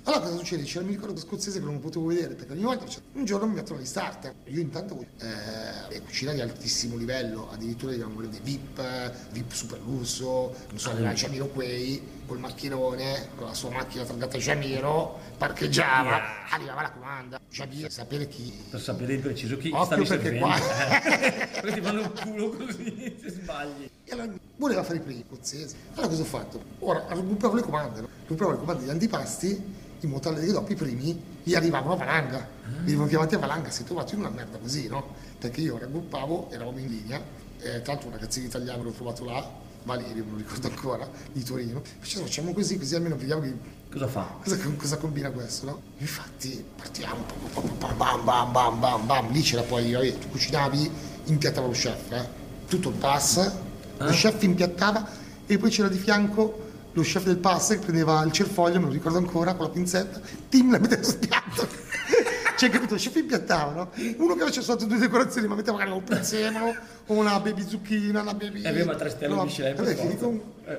Allora cosa succede? C'era mi ricordo scozzese che non potevo vedere perché ogni volta un giorno mi mettono gli starter. Io intanto cucina di altissimo livello, addirittura diciamo dei VIP super lusso, non so, arrivava Jamiroquai col macchinone, con la sua macchina targata Jamiro, parcheggiava, arrivava la comanda. Jamiro, sapere chi. Per sapere di preciso chi Occhio stavi perché servendo. qua. Poi ti fanno un culo così se sbagli. E allora voleva fare i primi scozzesi. Allora cosa ho fatto? Ora recuperavo le comande, no? Recuperavo le comande degli antipasti in modo tale che dopo i primi gli arrivavano a valanga. Mi venivano chiamati a valanga, si è trovato in una merda così, no? Perché io raggruppavo, eravamo in linea, tra l'altro un ragazzino italiano l'ho trovato là, Valerio, me lo ricordo ancora, di Torino. Facciamo così almeno vediamo Cosa fa? cosa combina questo, no? Infatti partiamo, bam bam bam bam bam, lì c'era poi, tu cucinavi, impiattava lo chef, tutto il pass, lo chef impiattava e poi c'era di fianco lo chef del pass che prendeva il cerfoglio, me lo ricordo ancora, con la pinzetta, Tim la metteva sul piatto. Cioè, capito, il chef impiattava, no? Uno che aveva sotto 2 decorazioni, ma metteva magari un prezzemolo o una baby zucchina, una baby... Aveva 3 stelle no, Michelin per forza.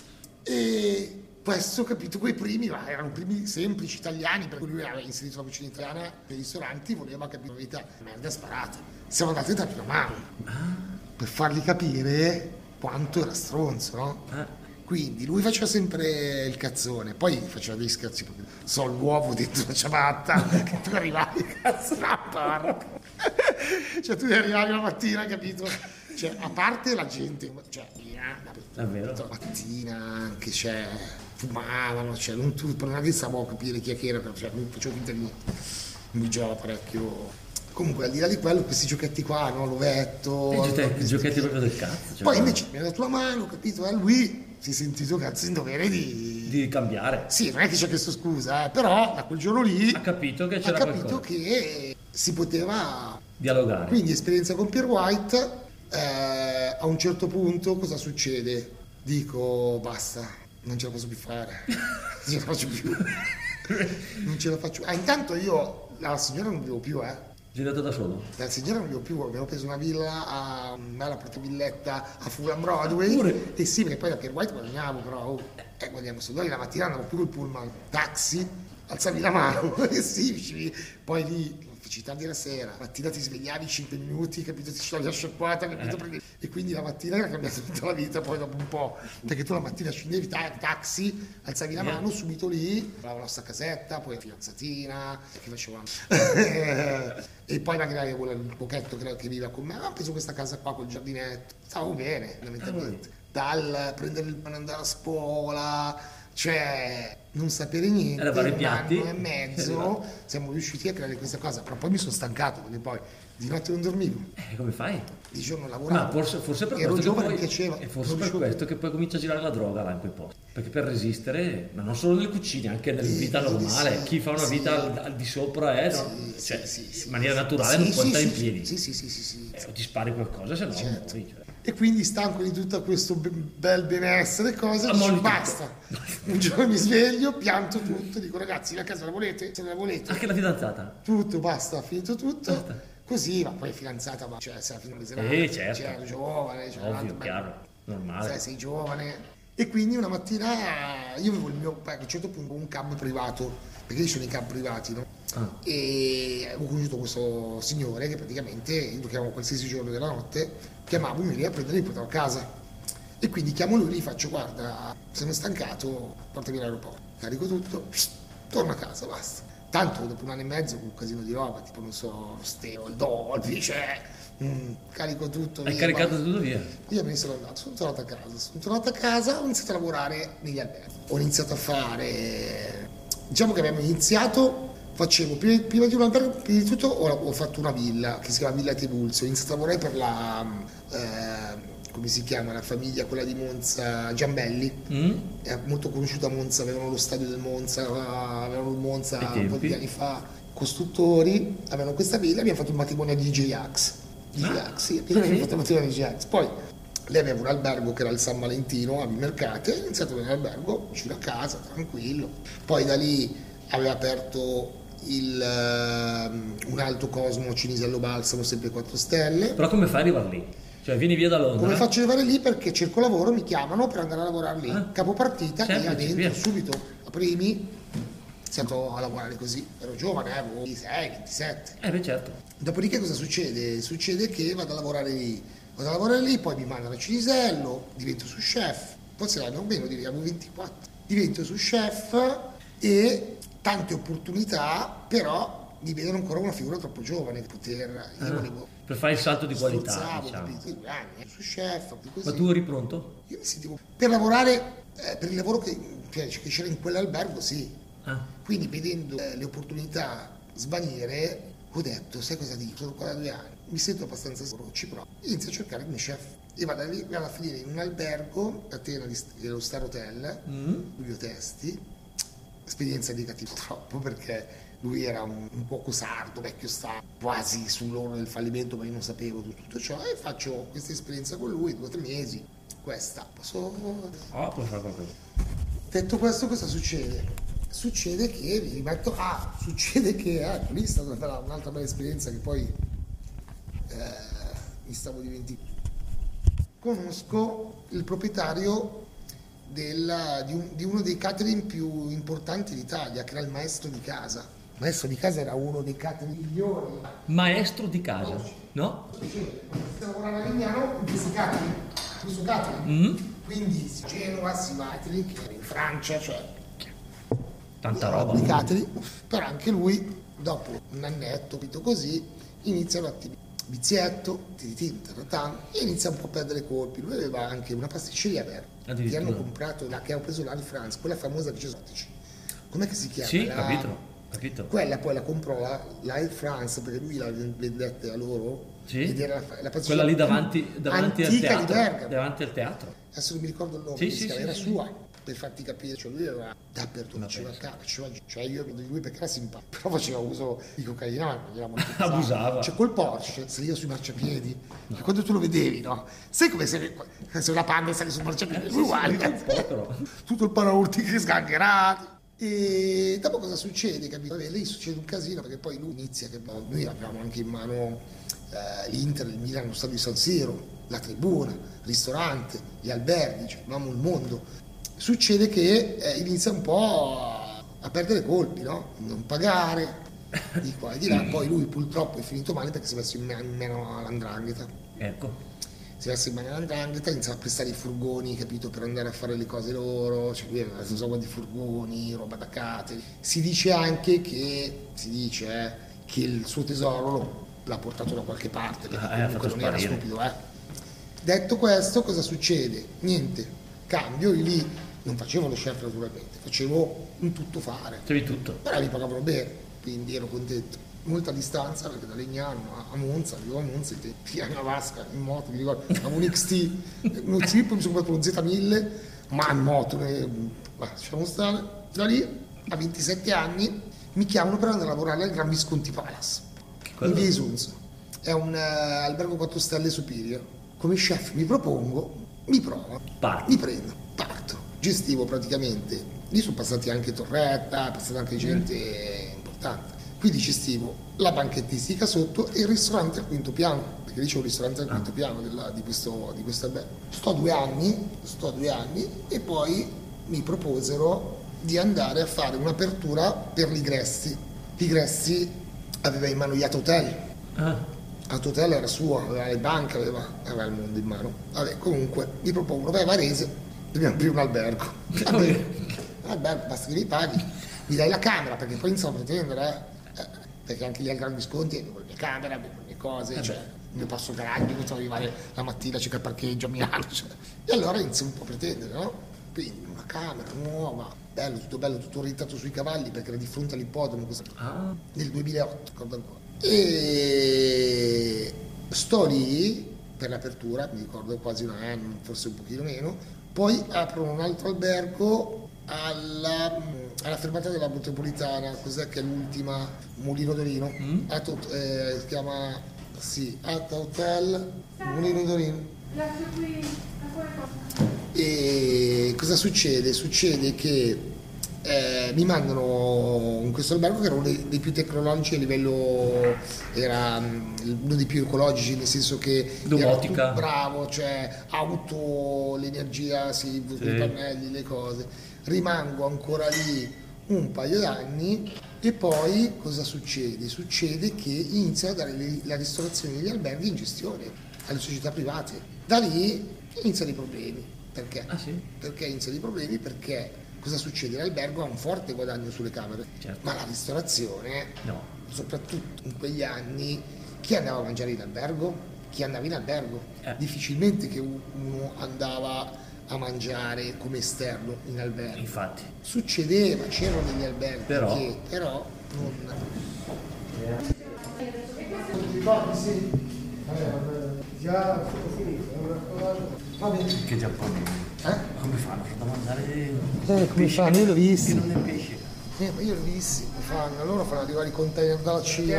E questo, capito, quei primi, erano primi semplici italiani, per cui lui aveva inserito la cucina italiana nei ristoranti, voleva capire la verità, merda sparata. Siamo andati a dargli una mano, per fargli capire quanto era stronzo, no? Quindi lui faceva sempre il cazzone, poi faceva dei scherzi, so l'uovo dentro la ciabatta, che tu arrivavi, cazzo, la porca. Cioè tu arrivavi la mattina, capito? Cioè, a parte la gente, cioè, Davvero? la mattina anche, cioè, fumavano, cioè, non che stavo a capire chi è che era, cioè, non facevo finta di niente, mi girava parecchio. Comunque, al di là di quello, questi giochetti qua, no? L'ovetto... I giochetti proprio del cazzo. Cioè, poi invece mi ha dato la mano, capito? Lui si è sentito cazzo in dovere di cambiare. Sì, non è che ci ha chiesto scusa, però da quel giorno lì... Ha capito che c'era qualcosa. Che si poteva... dialogare. Quindi esperienza con Pierre White, a un certo punto cosa succede? Dico, basta, non ce la posso più fare, non ce la faccio più. Non ce la faccio. Intanto io, la signora non vivo più, Girato da solo? La signora non vivo più, abbiamo preso una villa, una portavilletta a Fulham Broadway. Pure? E sì, perché poi da Pierre White guadagniamo, però guadagniamo soldi, la mattina andavo più col pullman, taxi, alzavi la mano, e sì, poi lì tardi la sera, mattina ti svegliavi 5 minuti, capito, ti togli la sciacquata, capito, e quindi la mattina era cambiata tutta la vita poi dopo un po', perché tu la mattina scendevi, taxi, alzavi la mano, subito lì, la nostra casetta, poi la fidanzatina, che facevamo, e poi magari avevo il pochetto che viva con me, ho preso questa casa qua col giardinetto, stavo bene, fondamentalmente, dal prendere il pane, andare a scuola, cioè non sapere niente, lavare i un piatti anno e mezzo siamo riusciti a creare questa cosa, però poi mi sono stancato perché poi di notte non dormivo, come fai? di giorno lavoravo, Ma forse per ero questo giovane, che mi poi, piaceva, e forse per questo che poi comincia a girare la droga là in quei posti, perché per resistere, ma non solo nelle cucine, anche nella vita normale, chi fa una vita al di sopra in maniera naturale non può stare in piedi, o ti spari qualcosa, se no certo. muori, cioè. E quindi stanco di tutto questo bel benessere e cose, dico, basta. Un giorno mi sveglio, pianto tutto, dico ragazzi la casa la volete? Se la volete? Anche la fidanzata? Tutto, basta, finito tutto. Basta. Così, ma poi fidanzata, ma cioè sei fino a certo. cioè ero giovane, cioè, Ovvio, chiaro, normale. sei giovane. E quindi una mattina io avevo il mio, a un certo punto, un cab privato, perché lì sono i cab privati, no? E avevo conosciuto questo signore che praticamente lo chiamavo qualsiasi giorno della notte, chiamavo, mi veniva a prendere e mi portavo a casa. E quindi chiamo lui e gli faccio, guarda, sono stancato, portami all'aeroporto, carico tutto, torno a casa, basta. Tanto dopo un anno e mezzo con un casino di roba, tipo non so, Steo, il Dolby, cioè, carico tutto. Hai caricato tutto via? Io me ne sono andato, sono tornato a casa, ho iniziato a lavorare negli alberghi. Ho iniziato a fare, diciamo che abbiamo iniziato, facevo, prima di un albergo, prima di tutto ho fatto una villa, che si chiama Villa Tebulzio, ho iniziato a lavorare per la... come si chiama, la famiglia, quella di Monza, Giambelli, è molto conosciuta a Monza, avevano lo stadio del Monza, avevano il Monza un po' di anni fa, costruttori, avevano questa villa, abbiamo fatto un matrimonio di DJ-Ax, sì, abbiamo fatto un matrimonio di DJ-Ax, poi lei aveva un albergo che era il San Valentino a Vimercate, ho iniziato nell'albergo, uscito a casa, tranquillo, poi da lì aveva aperto un Alto Cosmo Cinisello Balsamo, sempre 4 stelle. Però come fai ad arrivare lì? Cioè vieni via da Londra? Come faccio ad arrivare lì? Perché cerco lavoro, mi chiamano per andare a lavorare lì. Capo partita, certo, via dentro, via. subito, a primi, iniziato a lavorare così, ero giovane, avevo 26, 27. Beh, certo. Dopodiché cosa succede? Succede che vado a lavorare lì, poi mi mandano a Cinisello, divento su chef, forse l'anno meno, avevo 24, divento su chef e tante opportunità, però mi vedono ancora una figura troppo giovane io volevo per fare il salto di qualità, sforzavo, diciamo. capito? 2 anni, su chef, così. Ma tu eri pronto? Io mi sentivo per lavorare, per il lavoro che c'era in quell'albergo, sì. Quindi vedendo le opportunità svanire, ho detto, sai cosa dico? Sono qua da 2 anni, mi sento abbastanza sicuro, ci provo. Inizio a cercare come chef e vado a finire in un albergo a Atena, dello Star Hotel, Giulio Testi, esperienza negativa purtroppo perché lui era un cuoco sardo, vecchio star, quasi sull'orlo del fallimento, ma io non sapevo tutto ciò e faccio questa esperienza con lui, 2 o 3 mesi. Questa Puoi fare qualcosa. Detto questo, cosa succede? Succede che mi rimetto. Succede che ecco, lì è stata un'altra bella esperienza che poi mi stavo dimenticando. Conosco il proprietario di uno dei catering più importanti d'Italia, che era il maestro di casa. Il maestro di casa era uno dei catering migliori. Maestro di casa, no? Se lavorava a Legnano in questo catering. Quindi Genova, si va in Francia, cioè tanta roba. Di catering, però anche lui dopo un annetto, così, inizia un attimo vizietto, e inizia un po' a perdere colpi. Lui aveva anche una pasticceria aperta che hanno comprato, che hanno preso l'Air France, quella famosa che c'è esotici. Com'è che si chiama? Sì, capito. Quella poi la comprò l'Air France perché lui la vendette a loro. Sì. Ed era la quella lì davanti al teatro. Di Bergamo. Davanti al teatro. Adesso non mi ricordo il nome, era sua. Per farti capire, cioè lui era dappertutto, cioè io vedo di lui perché era simpatico, però faceva uso di cocaina, ma non era molto pesante. Abusava. Cioè col Porsche saliva sui marciapiedi, cioè, quando tu lo vedevi, no? Sai come se una panda sale sul marciapiede, uguale, tutto il paraurti che sgangherato. E dopo cosa succede? Capito? Vabbè, lì succede un casino perché poi lui inizia, che noi avevamo anche in mano l'Inter, il Milan, lo stadio di San Siro, la tribuna, il ristorante, gli alberghi, cioè avevamo il mondo. Succede che inizia un po' a perdere colpi, no? Non pagare, di qua e di là. Poi lui purtroppo è finito male perché si è messo in mano all''ndrangheta. Ecco. Si è messo in mano all''ndrangheta, inizia a prestare i furgoni, capito, per andare a fare le cose loro. Cioè lui aveva un sacco di furgoni, roba da catering. Si dice anche che il suo tesoro l'ha portato da qualche parte, perché comunque non era stupido, Detto questo, cosa succede? Niente, cambio, io lì non facevo lo chef naturalmente, facevo un tuttofare. Facevi tutto. Però mi pagavano bene, quindi ero contento. Molta distanza perché da Legnano a Monza, vivo a Monza, una vasca in moto, mi ricordo, avevo un XT, uno Zip, mi sono comprato uno Z1000, ma in moto, lasciamo stare. Da lì, a 27 anni, mi chiamano per andare a lavorare al Gran Visconti Palace, in via Isunza. È un albergo 4 stelle Superior. Come chef mi propongo, mi provo, mi prendo, parto. Gestivo praticamente, lì sono passati anche Torretta, è passata anche gente importante, quindi gestivo la banchettistica sotto e il ristorante al 5° piano, perché lì c'è un ristorante al 5° piano di questo albergo. Sto 2 anni e poi mi proposero di andare a fare un'apertura per l'Igressi. L'Igressi aveva in mano Yacht Hotel. Yacht Hotel era suo, aveva le banche, aveva il mondo in mano. Vabbè, comunque mi propongono, vai a Varese, dobbiamo aprire un albergo. Albergo, basta che mi paghi, mi dai la camera, perché poi iniziamo a pretendere, perché anche gli al Gran Visconti avevano le camere, avevano le cose, cioè il mio passo garage, iniziamo ad arrivare la mattina, c'è il parcheggio a Milano, cioè. E allora inizio un po' a pretendere, no? Quindi una camera nuova, bello, tutto orientato sui cavalli, perché era di fronte all'ippodromo, nel 2008, ricordo ancora. E sto lì per l'apertura, mi ricordo quasi un anno, forse un pochino meno. Poi aprono un altro albergo alla fermata della metropolitana, cos'è che è l'ultima? Mulino Dorino. Si chiama Atta Hotel Mulino Dorino. E cosa succede? Succede che mi mandano in questo albergo che era uno dei più tecnologici a livello, era uno dei più ecologici, nel senso che domotica, era bravo, cioè l'energia, i pannelli, le cose. Rimango ancora lì un paio d'anni e poi cosa succede? Succede che iniziano a dare la ristorazione degli alberghi in gestione alle società private. Da lì iniziano i problemi. Perché? Ah, sì? Perché iniziano i problemi? Perché cosa succede? L'albergo ha un forte guadagno sulle camere, Certo. ma la ristorazione, No. soprattutto in quegli anni, chi andava a mangiare in albergo? Chi andava in albergo? Difficilmente che uno andava a mangiare come esterno in albergo. Infatti. Succedeva, c'erano degli alberghi Però- che però non... Ti ricordi? Sì. Già finito, va bene. Che giapponesi. Come fanno? Fanno da mangiare Come fanno? Io l'ho visto. che non è pesce. Ma io l'ho visto, fanno, loro fanno arrivare i container dalla Cina.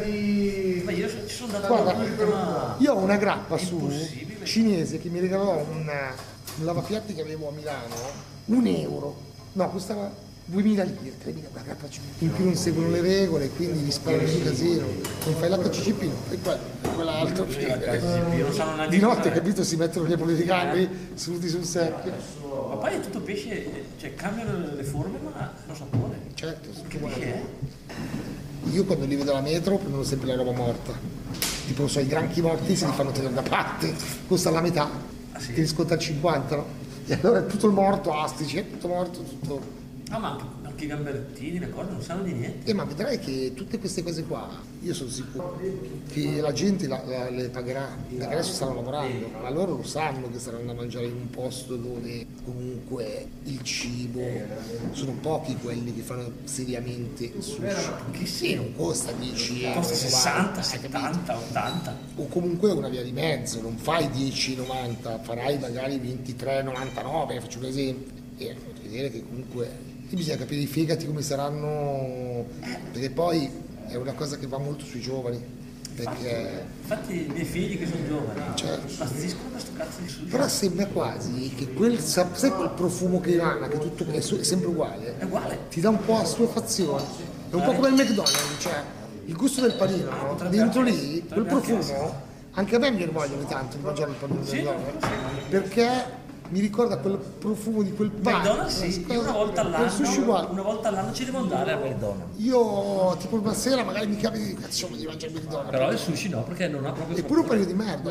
Ma io ci sono andato Guarda, io ho una grappa su Impossibile. cinese che mi regalò un lavapiatti che avevo a Milano, €1. No, costava 2000 lire, 3000 una grappa cinese. In più non seguono le regole, quindi risparmi un casino. Non fai l'HCCP, non fai quell'altro. non sanno neanche Di notte, cosa è. capito, si mettono gli politicani seduti sul secchio. Ma poi è tutto pesce, cioè cambiano le forme ma lo sapore. Certo, Che pesce è? io quando li vedo alla metro prendo sempre la roba morta. Tipo, i granchi morti se li fanno tenere da parte, costa la metà, sì? ti risconta il 50, no? E allora è tutto il morto, astici, è tutto morto, tutto... Ah, ma anche i gamberettini, le cose non sanno di niente. Ma vedrai che tutte queste cose qua, io sono sicuro che la gente le pagherà, perché adesso stanno lavorando, ma loro lo sanno che saranno a mangiare in un posto dove comunque il cibo, sono pochi quelli che fanno seriamente sushi. Sì, non costa 10 euro. Costa 60, 90, 70, 80. o comunque una via di mezzo, non fai 10,90, farai magari 23,99, faccio un esempio, e faccio vedere che comunque bisogna capire i fegati come saranno, perché poi è una cosa che va molto sui giovani, perché Infatti i miei figli che sono giovani Certo. impazziscono questo cazzo di sushi. però sembra quasi che sai quel profumo che emana, che tutto è sempre uguale, È uguale. ti dà un po' assuefazione, è un po' come il McDonald's, cioè il gusto del panino, no? Dentro lì, quel profumo, anche a me mi viene voglia ogni tanto di mangiare il panino del McDonald's, perché mi ricorda quel profumo di quel pane. McDonald's sì, io quel sushi uguale. una volta all'anno ci devo andare a McDonald's. Io tipo una sera magari mi capita di cazzo di mangiare il McDonald's. Però il sushi no, perché non ha proprio È pure un periodo di merda,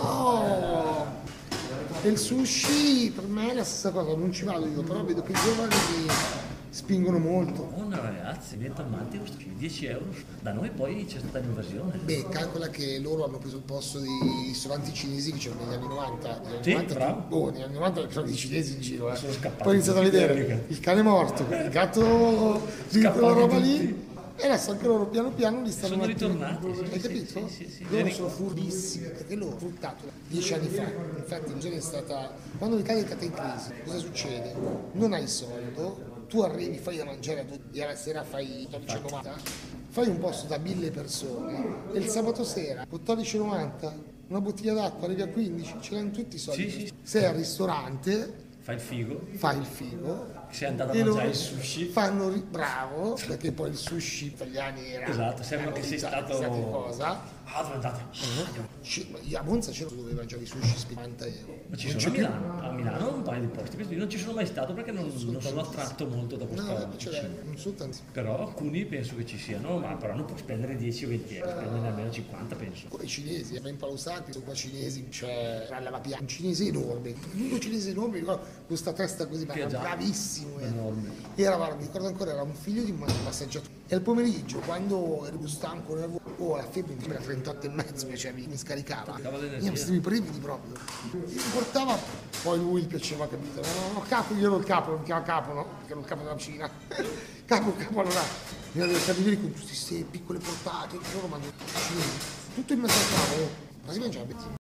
però il sushi per me è la stessa cosa, non ci vado io, però vedo che i giovani spingono molto. Buona ragazzi, diventa amanti questo sushi, 10 euro. Da noi poi c'è stata l'invasione. Beh, calcola che loro hanno preso il posto dei ristoranti cinesi che c'erano negli anni 90. Negli anni Sì, 90 bravo. negli anni 90 c'erano i cinesi in giro. Sono scappati Poi ho iniziato a vedere tutti. il cane morto, il gatto di quella Scappati roba tutti. lì. E adesso anche loro piano piano li stanno Sono un attimo- ritornati, Hai sì, capito? sì. Loro sono furbissimi perché loro fruttato 10 anni fa. Infatti l'Italia è stata. Quando l'Italia è stata in crisi, cosa succede? Non hai soldo, tu arrivi, fai da mangiare e alla sera fai 14,90, fai un posto da 1000 persone e il sabato sera 14,90, una bottiglia d'acqua arrivi a 15, ce l'hanno tutti i soldi. Sì. Sei al ristorante, Fai il figo, fai il figo. sei andato a E mangiare loro il sushi. fanno bravo, perché poi il sushi italiani era Esatto, sembra che sei stato- cosa. Ah, dove andate? Io a Monza c'era dove mangiavi sushi 50 euro. Ma ci Non sono a c'è più. Milano, un paio di posti, questi non ci sono mai stato perché non sono attratto molto da questa No, non sono tanti. Però alcuni penso che ci siano, ma però non puoi spendere 10 o 20 euro, spenderne almeno 50 penso. I cinesi, in Palo Santi, sono qua cinesi, c'è la lavapiatti, un cinese enorme, un cinese enorme, ricordo, con questa testa così, ma Che era già, bravissimo. enorme. Era, guarda, mi ricordo ancora, era un figlio di un passeggiatore. E al pomeriggio, quando ero stanco, nervoso, la febbre mi era 38,5, cioè mi scaricava. Scaricava l'energia. Io mi stavo i brividi proprio. Mi portava, poi lui gli piaceva, capito? No, capo, io ero il capo, non mi chiama capo, no? Perché ero il capo della Cina. capo, allora, mi era capire con tutte queste piccole portate, che loro mangiano cinesi. Tutto in mezzo al tavolo, ma si mangiava